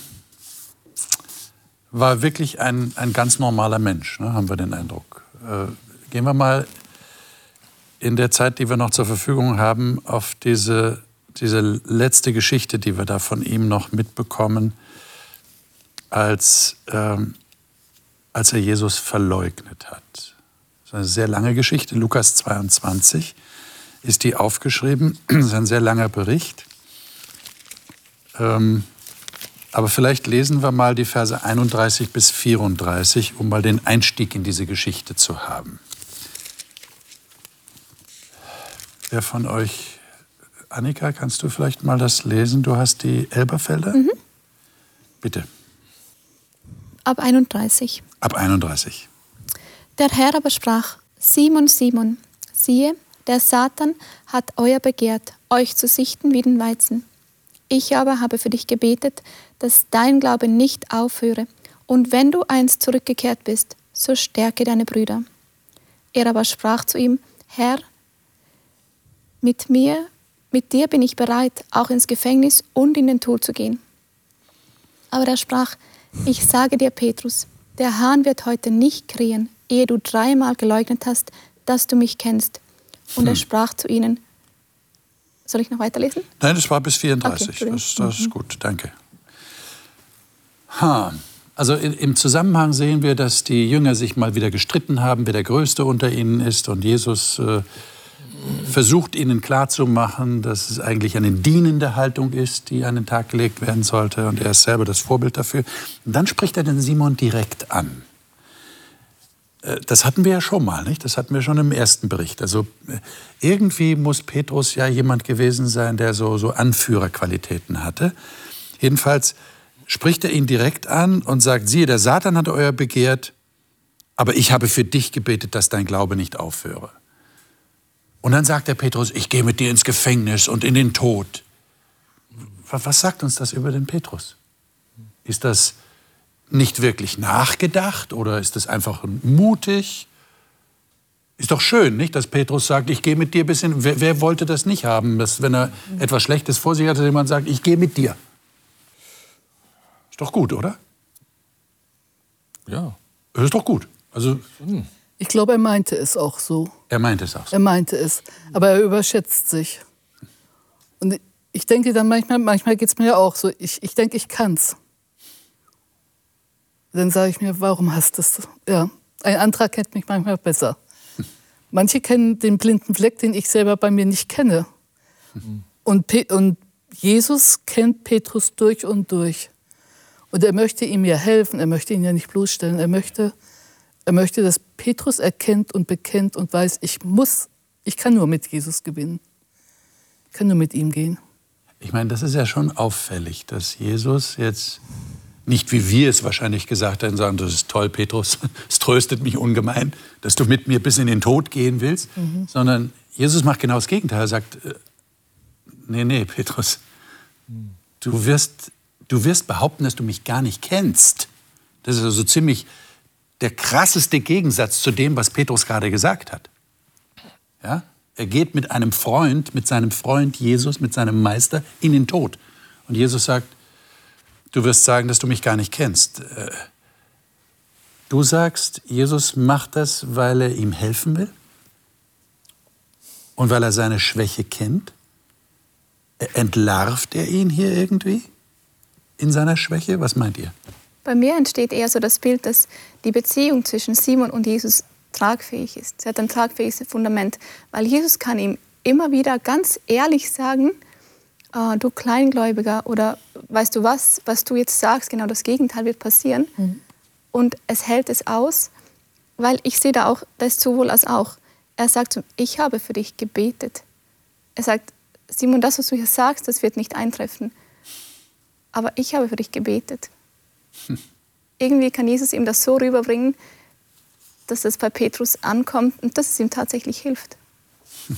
war wirklich ein, ein ganz normaler Mensch, ne, haben wir den Eindruck. Äh, gehen wir mal in der Zeit, die wir noch zur Verfügung haben, auf diese, diese letzte Geschichte, die wir da von ihm noch mitbekommen, als, ähm, als er Jesus verleugnet hat. Das ist eine sehr lange Geschichte, Lukas zweiundzwanzig ist die aufgeschrieben. Das ist ein sehr langer Bericht. Ähm, aber vielleicht lesen wir mal die Verse einunddreißig bis vierunddreißig, um mal den Einstieg in diese Geschichte zu haben. Wer von euch, Annika, kannst du vielleicht mal das lesen? Du hast die Elberfelder? Mhm. Bitte. Ab einunddreißig. Ab einunddreißig. Der Herr aber sprach, Simon, Simon, siehe, der Satan hat euer begehrt, euch zu sichten wie den Weizen. Ich aber habe für dich gebetet, dass dein Glaube nicht aufhöre. Und wenn du einst zurückgekehrt bist, so stärke deine Brüder. Er aber sprach zu ihm, Herr, mit mir, mit dir bin ich bereit, auch ins Gefängnis und in den Tod zu gehen. Aber er sprach, ich sage dir, Petrus, der Hahn wird heute nicht krähen, ehe du dreimal geleugnet hast, dass du mich kennst. Und er sprach zu ihnen, soll ich noch weiterlesen? Nein, das war bis vierunddreißig. Okay, das, das ist gut, danke. Ha. Also in, im Zusammenhang sehen wir, dass die Jünger sich mal wieder gestritten haben, wer der Größte unter ihnen ist. Und Jesus äh, versucht ihnen klarzumachen, dass es eigentlich eine dienende Haltung ist, die an den Tag gelegt werden sollte. Und er ist selber das Vorbild dafür. Und dann spricht er den Simon direkt an. Das hatten wir ja schon mal, nicht? Das hatten wir schon im ersten Bericht. Also irgendwie muss Petrus ja jemand gewesen sein, der so, so Anführerqualitäten hatte. Jedenfalls spricht er ihn direkt an und sagt, siehe, der Satan hat euer begehrt, aber ich habe für dich gebetet, dass dein Glaube nicht aufhöre. Und dann sagt der Petrus, ich gehe mit dir ins Gefängnis und in den Tod. Was sagt uns das über den Petrus? Ist das nicht wirklich nachgedacht oder ist das einfach mutig? Ist doch schön, nicht, dass Petrus sagt, ich gehe mit dir bis in... Wer, wer wollte das nicht haben, dass, wenn er etwas Schlechtes vor sich hatte, jemand sagt, ich gehe mit dir? Ist doch gut, oder? Ja. Das ist doch gut. Also, Ich glaube, er meinte es auch so. er meint es auch so. Er meinte es. Aber er überschätzt sich. Und ich denke dann manchmal, manchmal geht es mir auch so, ich, ich denke, ich kann's. Dann sage ich mir, warum hast du es? Ja, ein anderer kennt mich manchmal besser. Manche kennen den blinden Fleck, den ich selber bei mir nicht kenne. Und, Pe- und Jesus kennt Petrus durch und durch. Und er möchte ihm ja helfen, er möchte ihn ja nicht bloßstellen. Er möchte, er möchte, dass Petrus erkennt und bekennt und weiß, ich muss, ich kann nur mit Jesus gewinnen. Ich kann nur mit ihm gehen. Ich meine, das ist ja schon auffällig, dass Jesus jetzt nicht, wie wir es wahrscheinlich gesagt hätten, sagen, das ist toll, Petrus, es tröstet mich ungemein, dass du mit mir bis in den Tod gehen willst, mhm. sondern Jesus macht genau das Gegenteil. Er sagt, nee, nee, Petrus, du wirst, du wirst behaupten, dass du mich gar nicht kennst. Das ist also ziemlich der krasseste Gegensatz zu dem, was Petrus gerade gesagt hat. Ja? Er geht mit einem Freund, mit seinem Freund Jesus, mit seinem Meister in den Tod. Und Jesus sagt, du wirst sagen, dass du mich gar nicht kennst. Du sagst, Jesus macht das, weil er ihm helfen will? Und weil er seine Schwäche kennt? Entlarvt er ihn hier irgendwie in seiner Schwäche? Was meint ihr? Bei mir entsteht eher so das Bild, dass die Beziehung zwischen Simon und Jesus tragfähig ist. Sie hat ein tragfähiges Fundament, weil Jesus kann ihm immer wieder ganz ehrlich sagen, äh, du Kleingläubiger, oder weißt du was, was du jetzt sagst, genau das Gegenteil wird passieren. Mhm. Und es hält es aus, weil ich sehe da auch, das ist sowohl als auch. Er sagt, ich habe für dich gebetet. Er sagt, Simon, das, was du hier sagst, das wird nicht eintreffen. Aber ich habe für dich gebetet. Hm. Irgendwie kann Jesus ihm das so rüberbringen, dass das bei Petrus ankommt und dass es ihm tatsächlich hilft. Hm.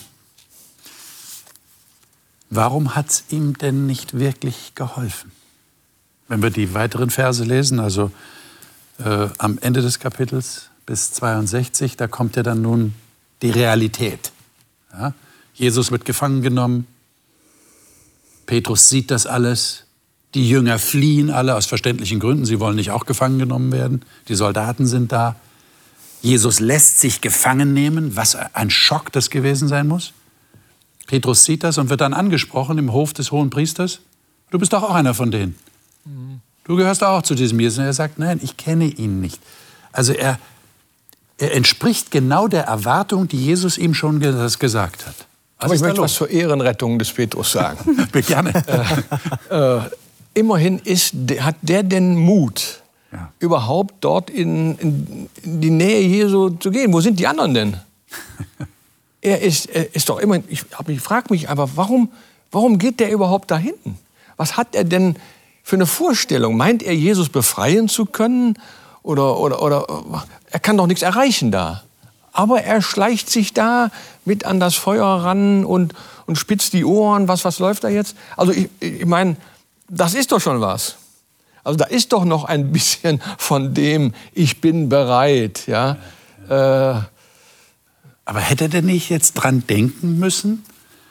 Warum hat es ihm denn nicht wirklich geholfen? Wenn wir die weiteren Verse lesen, also äh, am Ende des Kapitels bis zweiundsechzig, da kommt ja dann nun die Realität. Ja? Jesus wird gefangen genommen. Petrus sieht das alles. Die Jünger fliehen alle aus verständlichen Gründen. Sie wollen nicht auch gefangen genommen werden. Die Soldaten sind da. Jesus lässt sich gefangen nehmen. Was ein Schock das gewesen sein muss. Petrus sieht das und wird dann angesprochen im Hof des Hohenpriesters. Du bist doch auch einer von denen. Du gehörst auch zu diesem Jesus. Und er sagt, nein, ich kenne ihn nicht. Also er, er entspricht genau der Erwartung, die Jesus ihm schon gesagt hat. Was Aber ich möchte was zur Ehrenrettung des Petrus sagen. Gerne. äh, äh, immerhin ist, hat der den Mut, ja. überhaupt dort in, in, in die Nähe Jesu zu gehen. Wo sind die anderen denn? er, ist, er ist doch immer. Ich, ich frage mich einfach, warum, warum geht der überhaupt da hinten? Was hat er denn für eine Vorstellung? Meint er, Jesus befreien zu können? Oder, oder, oder er kann doch nichts erreichen da. Aber er schleicht sich da mit an das Feuer ran und, und spitzt die Ohren. Was, was läuft da jetzt? Also ich, ich meine, das ist doch schon was. Also da ist doch noch ein bisschen von dem, ich bin bereit. Ja? Äh, Aber hätte er denn nicht jetzt dran denken müssen?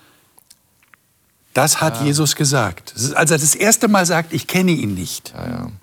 Das hat ja. Jesus gesagt. Als er das erste Mal sagt, ich kenne ihn nicht. Ja, ja.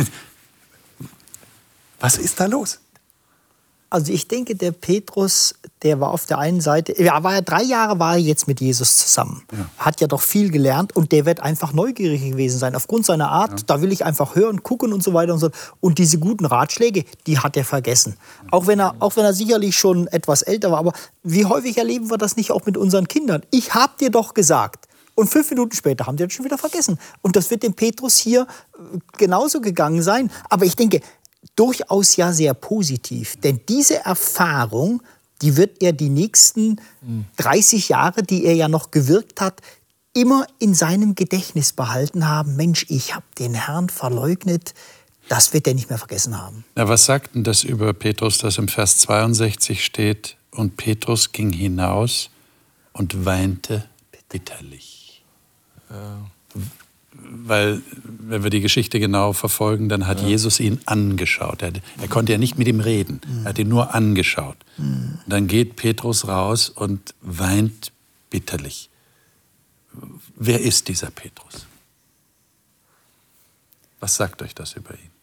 Was ist da los? Also ich denke, der Petrus, der war auf der einen Seite, ja, war ja drei Jahre war er jetzt mit Jesus zusammen, ja. hat ja doch viel gelernt und der wird einfach neugierig gewesen sein. Aufgrund seiner Art, ja. da will ich einfach hören, gucken und so weiter und so. Und diese guten Ratschläge, die hat er vergessen. Auch wenn er, auch wenn er sicherlich schon etwas älter war, aber wie häufig erleben wir das nicht auch mit unseren Kindern? Ich hab dir doch gesagt. Und fünf Minuten später haben die das schon wieder vergessen. Und das wird dem Petrus hier genauso gegangen sein. Aber ich denke, durchaus ja sehr positiv. Denn diese Erfahrung, die wird er die nächsten dreißig Jahre, die er ja noch gewirkt hat, immer in seinem Gedächtnis behalten haben. Mensch, ich habe den Herrn verleugnet. Das wird er nicht mehr vergessen haben. Na, was sagt denn das über Petrus, das im Vers zweiundsechzig steht? Und Petrus ging hinaus und weinte bitterlich. Ja. Weil, wenn wir die Geschichte genau verfolgen, dann hat ja. Jesus ihn angeschaut. Er, er konnte ja nicht mit ihm reden, mhm. er hat ihn nur angeschaut. Mhm. Dann geht Petrus raus und weint bitterlich. Wer ist dieser Petrus? Was sagt euch das über ihn?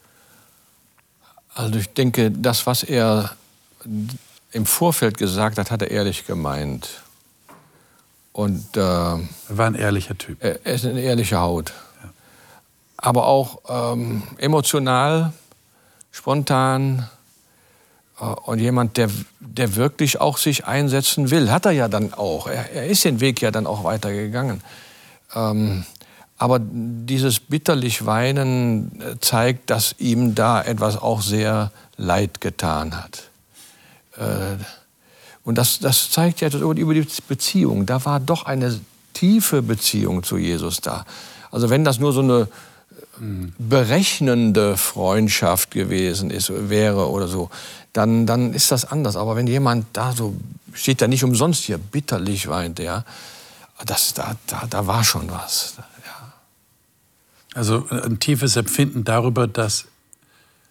Also ich denke, das, was er im Vorfeld gesagt hat, hat er ehrlich gemeint. Und, äh, er war ein ehrlicher Typ. Er ist eine ehrliche Haut. Ja. Aber auch ähm, emotional, spontan äh, und jemand, der, der wirklich auch sich einsetzen will. Hat er ja dann auch. Er, er ist den Weg ja dann auch weitergegangen. Ähm, aber dieses bitterlich Weinen zeigt, dass ihm da etwas auch sehr leid getan hat. Äh, Und das, das zeigt ja etwas über die Beziehung. Da war doch eine tiefe Beziehung zu Jesus da. Also wenn das nur so eine berechnende Freundschaft gewesen ist, wäre oder so, dann, dann ist das anders. Aber wenn jemand da so, steht da nicht umsonst hier, bitterlich weint, ja, das, da, da, da war schon was. Ja. Also ein tiefes Empfinden darüber, dass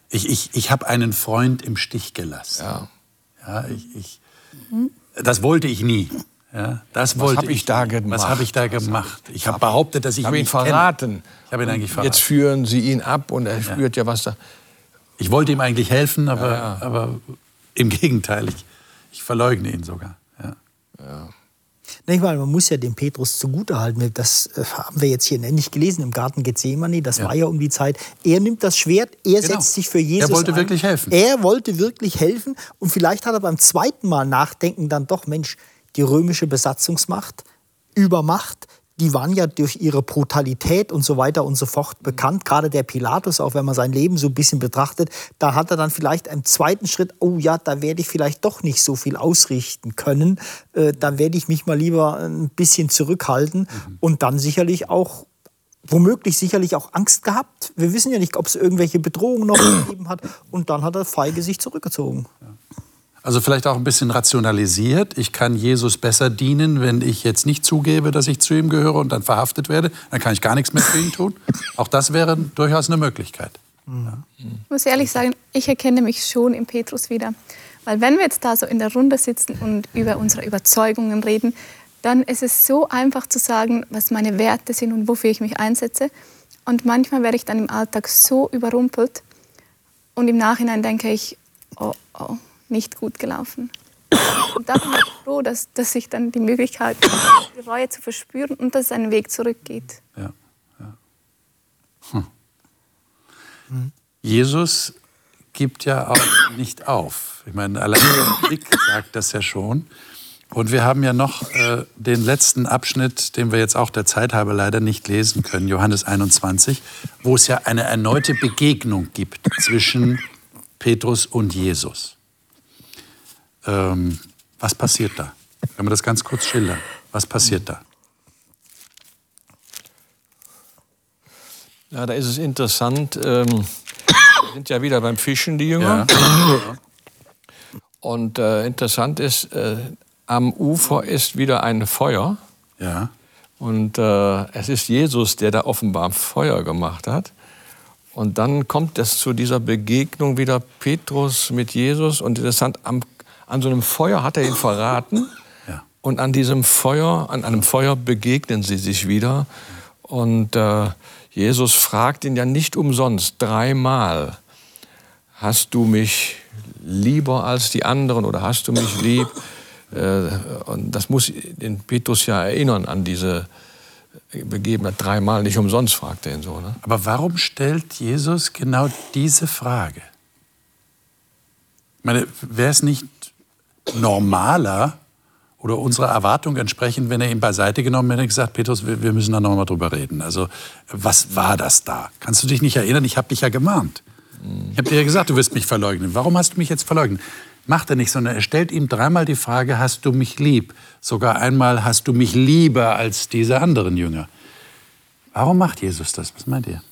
Ich, ich, ich habe einen Freund im Stich gelassen. Ja. Ja, ich, ich, das wollte ich nie. Ja, das Was wollte habe ich da gemacht? Was habe ich da gemacht? Ich habe behauptet, dass ich Ich habe ihn nicht kenne. verraten. Ich habe ihn eigentlich verraten. Jetzt führen sie ihn ab und er spürt ja, was da... Ich wollte ihm eigentlich helfen, aber, Ja, ja. aber im Gegenteil, ich, ich verleugne ihn sogar. Ja. Ja. Ich meine, man muss ja dem Petrus zugutehalten. Das äh, haben wir jetzt hier nicht gelesen im Garten Gethsemane. Das Ja. war ja um die Zeit. Er nimmt das Schwert, er Genau. setzt sich für Jesus Er wollte ein. wirklich helfen. Er wollte wirklich helfen. Und vielleicht hat er beim zweiten Mal nachdenken dann doch, Mensch, die römische Besatzungsmacht, Übermacht, die waren ja durch ihre Brutalität und so weiter und so fort bekannt. Gerade der Pilatus, auch wenn man sein Leben so ein bisschen betrachtet, da hat er dann vielleicht einen zweiten Schritt, oh ja, da werde ich vielleicht doch nicht so viel ausrichten können. Äh, dann werde ich mich mal lieber ein bisschen zurückhalten. Mhm. Und dann sicherlich auch, womöglich sicherlich auch Angst gehabt. Wir wissen ja nicht, ob es irgendwelche Bedrohungen noch gegeben hat. Und dann hat er feige sich zurückgezogen. Ja. Also vielleicht auch ein bisschen rationalisiert. Ich kann Jesus besser dienen, wenn ich jetzt nicht zugebe, dass ich zu ihm gehöre und dann verhaftet werde. Dann kann ich gar nichts mehr für ihn tun. Auch das wäre durchaus eine Möglichkeit. Ja. Ich muss ehrlich sagen, ich erkenne mich schon in Petrus wieder. Weil wenn wir jetzt da so in der Runde sitzen und über unsere Überzeugungen reden, dann ist es so einfach zu sagen, was meine Werte sind und wofür ich mich einsetze. Und manchmal werde ich dann im Alltag so überrumpelt und im Nachhinein denke ich, oh, oh. nicht gut gelaufen. Und da bin ich froh, dass, dass ich dann die Möglichkeit habe, die Reue zu verspüren und dass es einen Weg zurückgeht. Ja, ja. Hm. Hm. Jesus gibt ja auch nicht auf. Ich meine, allein der Blick sagt das ja schon. Und wir haben ja noch äh, den letzten Abschnitt, den wir jetzt auch der Zeit halber leider nicht lesen können, Johannes einundzwanzig, wo es ja eine erneute Begegnung gibt zwischen Petrus und Jesus. Ähm, was passiert da? Kann man das ganz kurz schildern? Was passiert da? Ja, da ist es interessant. Ähm, wir sind ja wieder beim Fischen, die Jünger. Ja. Und äh, interessant ist, äh, am Ufer ist wieder ein Feuer. Ja. Und äh, es ist Jesus, der da offenbar Feuer gemacht hat. Und dann kommt es zu dieser Begegnung wieder Petrus mit Jesus. Und interessant, am An so einem Feuer hat er ihn verraten. Ja. Und an diesem Feuer, an einem Feuer begegnen sie sich wieder. Und äh, Jesus fragt ihn ja nicht umsonst dreimal: Hast du mich lieber als die anderen oder hast du mich lieb? Äh, und das muss den Petrus ja erinnern an diese Begebenheit. Dreimal, nicht umsonst fragt er ihn so. Ne? Aber warum stellt Jesus genau diese Frage? Ich meine, wäre es nicht normaler oder unserer Erwartung entsprechend, wenn er ihn beiseite genommen hätte und gesagt, Petrus, wir, wir müssen da noch mal drüber reden. Also, was war das da? Kannst du dich nicht erinnern? Ich habe dich ja gemahnt. Ich habe dir ja gesagt, du wirst mich verleugnen. Warum hast du mich jetzt verleugnet? Macht er nicht, sondern er stellt ihm dreimal die Frage, hast du mich lieb? Sogar einmal, hast du mich lieber als diese anderen Jünger? Warum macht Jesus das? Was meint ihr?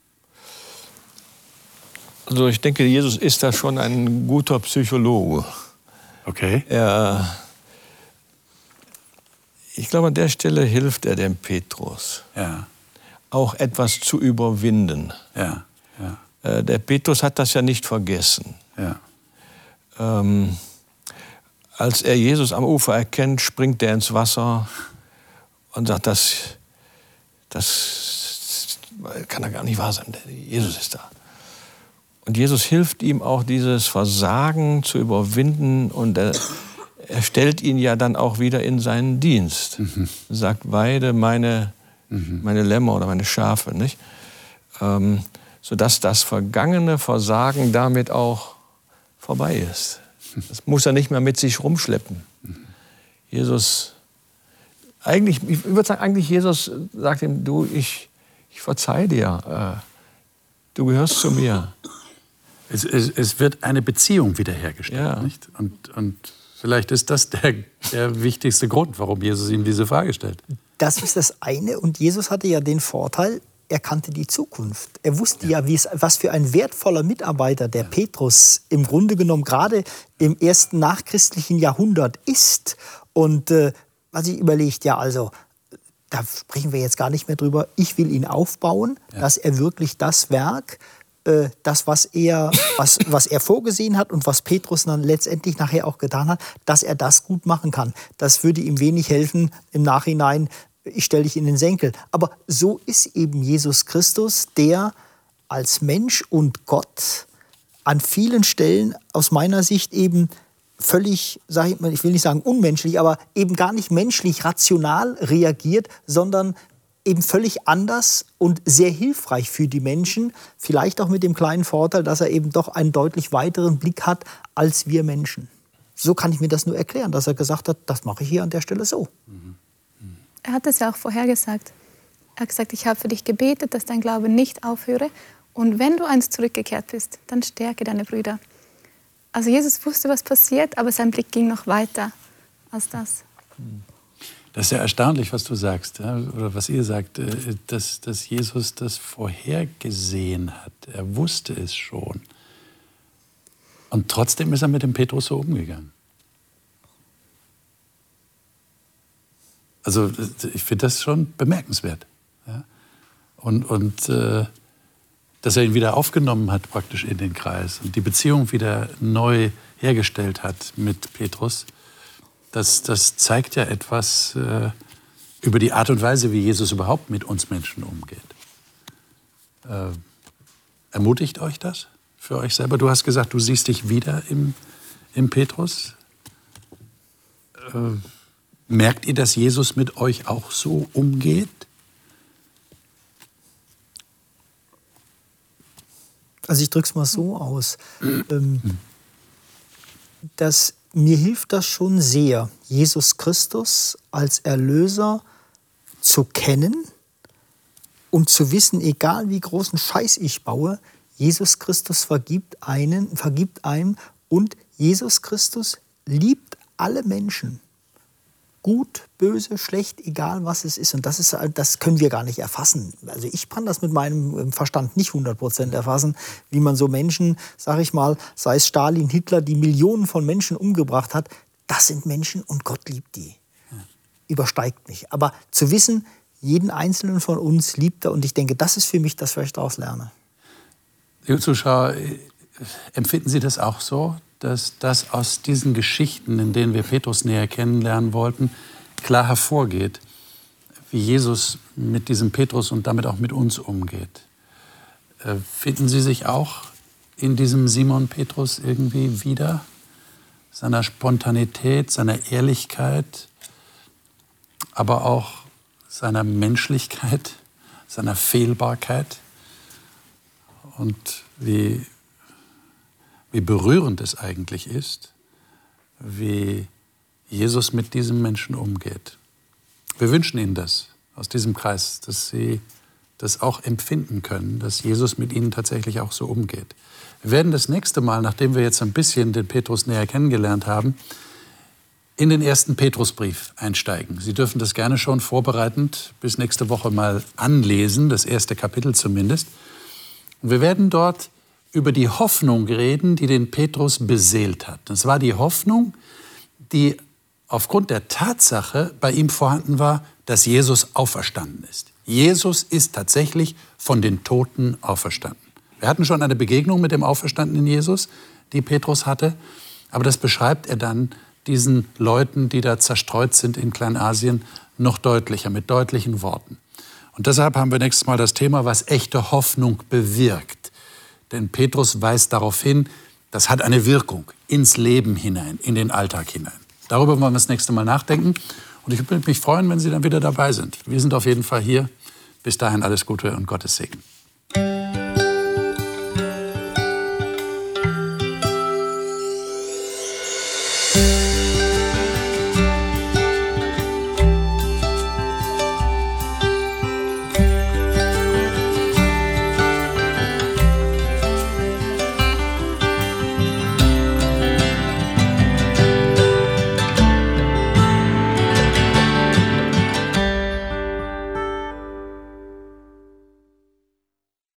Also ich denke, Jesus ist da schon ein guter Psychologe. Okay. Er, ich glaube, an der Stelle hilft er dem Petrus, Ja. auch etwas zu überwinden. Ja. Ja. Äh, der Petrus hat das ja nicht vergessen. Ja. Ähm, als er Jesus am Ufer erkennt, springt er ins Wasser und sagt, das, das kann ja gar nicht wahr sein, Jesus ist da. Und Jesus hilft ihm auch, dieses Versagen zu überwinden und er, er stellt ihn ja dann auch wieder in seinen Dienst. Mhm. Sagt, weide meine, mhm. meine Lämmer oder meine Schafe, nicht? Ähm, sodass das vergangene Versagen damit auch vorbei ist. Das muss er nicht mehr mit sich rumschleppen. Jesus, eigentlich, ich würde sagen, eigentlich Jesus sagt ihm, du, ich, ich verzeih dir, äh, du gehörst zu mir. Es, es, es wird eine Beziehung wiederhergestellt, Ja. nicht? Und, und vielleicht ist das der, der wichtigste Grund, warum Jesus ihm diese Frage stellt. Das ist das eine. Und Jesus hatte ja den Vorteil, er kannte die Zukunft. Er wusste ja, wie es, was für ein wertvoller Mitarbeiter der Petrus im Grunde genommen gerade im ersten nachchristlichen Jahrhundert ist. Und äh, was ich überlegt, ja also, da sprechen wir jetzt gar nicht mehr drüber, ich will ihn aufbauen, Ja. dass er wirklich das Werk äh, das, was er, was, was er vorgesehen hat und was Petrus dann letztendlich nachher auch getan hat, dass er das gut machen kann. Das würde ihm wenig helfen im Nachhinein, ich stelle dich in den Senkel. Aber so ist eben Jesus Christus, der als Mensch und Gott an vielen Stellen aus meiner Sicht eben völlig, sag ich mal, ich will nicht sagen unmenschlich, aber eben gar nicht menschlich rational reagiert, sondern eben völlig anders und sehr hilfreich für die Menschen. Vielleicht auch mit dem kleinen Vorteil, dass er eben doch einen deutlich weiteren Blick hat als wir Menschen. So kann ich mir das nur erklären, dass er gesagt hat, das mache ich hier an der Stelle so. Er hat es ja auch vorhergesagt. Er hat gesagt, ich habe für dich gebetet, dass dein Glaube nicht aufhöre. Und wenn du einst zurückgekehrt bist, dann stärke deine Brüder. Also Jesus wusste, was passiert, aber sein Blick ging noch weiter als das. Das ist ja erstaunlich, was du sagst, ja, oder was ihr sagt, dass, dass Jesus das vorhergesehen hat. Er wusste es schon. Und trotzdem ist er mit dem Petrus so umgegangen. Also ich finde das schon bemerkenswert. Ja? Und, und äh, dass er ihn wieder aufgenommen hat praktisch in den Kreis und die Beziehung wieder neu hergestellt hat mit Petrus, das, das zeigt ja etwas äh, über die Art und Weise, wie Jesus überhaupt mit uns Menschen umgeht. Äh, ermutigt euch das für euch selber? Du hast gesagt, du siehst dich wieder im, im Petrus. Äh, merkt ihr, dass Jesus mit euch auch so umgeht? Also ich drücke es mal so aus, ähm, dass mir hilft das schon sehr, Jesus Christus als Erlöser zu kennen und zu wissen, egal wie großen Scheiß ich baue, Jesus Christus vergibt einen, vergibt einem und Jesus Christus liebt alle Menschen. Gut, böse, schlecht, egal was es ist. Und das, ist, das können wir gar nicht erfassen. Also ich kann das mit meinem Verstand nicht hundert Prozent erfassen, wie man so Menschen, sag ich mal, sei es Stalin, Hitler, die Millionen von Menschen umgebracht hat, das sind Menschen und Gott liebt die. Ja. Übersteigt mich. Aber zu wissen, jeden Einzelnen von uns liebt er und ich denke, das ist für mich das, was ich daraus lerne. Liebe Zuschauer, empfinden Sie das auch so? Dass das aus diesen Geschichten, in denen wir Petrus näher kennenlernen wollten, klar hervorgeht, wie Jesus mit diesem Petrus und damit auch mit uns umgeht. Äh, finden Sie sich auch in diesem Simon Petrus irgendwie wieder? Seiner Spontanität, seiner Ehrlichkeit, aber auch seiner Menschlichkeit, seiner Fehlbarkeit? Und wie Wie berührend es eigentlich ist, wie Jesus mit diesem Menschen umgeht. Wir wünschen Ihnen das aus diesem Kreis, dass Sie das auch empfinden können, dass Jesus mit Ihnen tatsächlich auch so umgeht. Wir werden das nächste Mal, nachdem wir jetzt ein bisschen den Petrus näher kennengelernt haben, in den ersten Petrusbrief einsteigen. Sie dürfen das gerne schon vorbereitend bis nächste Woche mal anlesen, das erste Kapitel zumindest. Und wir werden dort über die Hoffnung reden, die den Petrus beseelt hat. Das war die Hoffnung, die aufgrund der Tatsache bei ihm vorhanden war, dass Jesus auferstanden ist. Jesus ist tatsächlich von den Toten auferstanden. Wir hatten schon eine Begegnung mit dem auferstandenen Jesus, die Petrus hatte, aber das beschreibt er dann diesen Leuten, die da zerstreut sind in Kleinasien, noch deutlicher, mit deutlichen Worten. Und deshalb haben wir nächstes Mal das Thema, was echte Hoffnung bewirkt. Denn Petrus weist darauf hin, das hat eine Wirkung ins Leben hinein, in den Alltag hinein. Darüber wollen wir das nächste Mal nachdenken. Und ich würde mich freuen, wenn Sie dann wieder dabei sind. Wir sind auf jeden Fall hier. Bis dahin alles Gute und Gottes Segen.